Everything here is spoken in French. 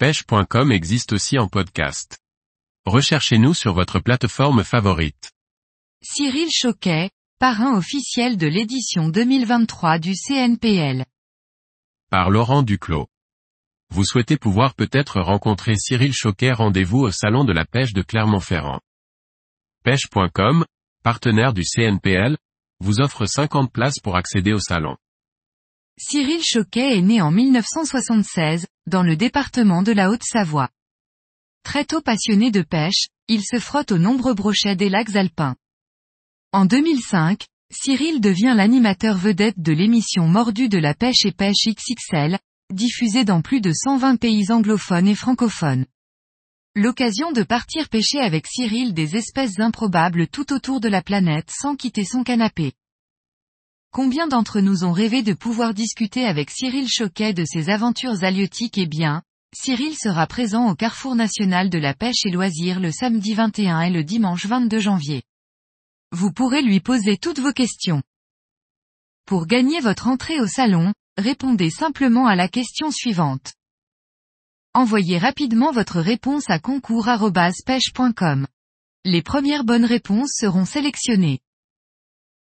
pêche.com existe aussi en podcast. Recherchez-nous sur votre plateforme favorite. Cyril Choquet, parrain officiel de l'édition 2023 du CNPL. Par Laurent Duclos. Vous souhaitez pouvoir peut-être rencontrer Cyril Choquet. Rendez-vous au Salon de la pêche de Clermont-Ferrand. Pêche.com, partenaire du CNPL, vous offre 50 places pour accéder au salon. Cyril Choquet est né en 1976, dans le département de la Haute-Savoie. Très tôt passionné de pêche, il se frotte aux nombreux brochets des lacs alpins. En 2005, Cyril devient l'animateur vedette de l'émission Mordu de la pêche et pêche XXL, diffusée dans plus de 120 pays anglophones et francophones. L'occasion de partir pêcher avec Cyril des espèces improbables tout autour de la planète sans quitter son canapé. Combien d'entre nous ont rêvé de pouvoir discuter avec Cyril Choquet de ses aventures halieutiques? Eh bien, Cyril sera présent au Carrefour national de la pêche et loisirs le samedi 21 et le dimanche 22 janvier. Vous pourrez lui poser toutes vos questions. Pour gagner votre entrée au salon, répondez simplement à la question suivante. Envoyez rapidement votre réponse à concours@pêche.com. Les premières bonnes réponses seront sélectionnées.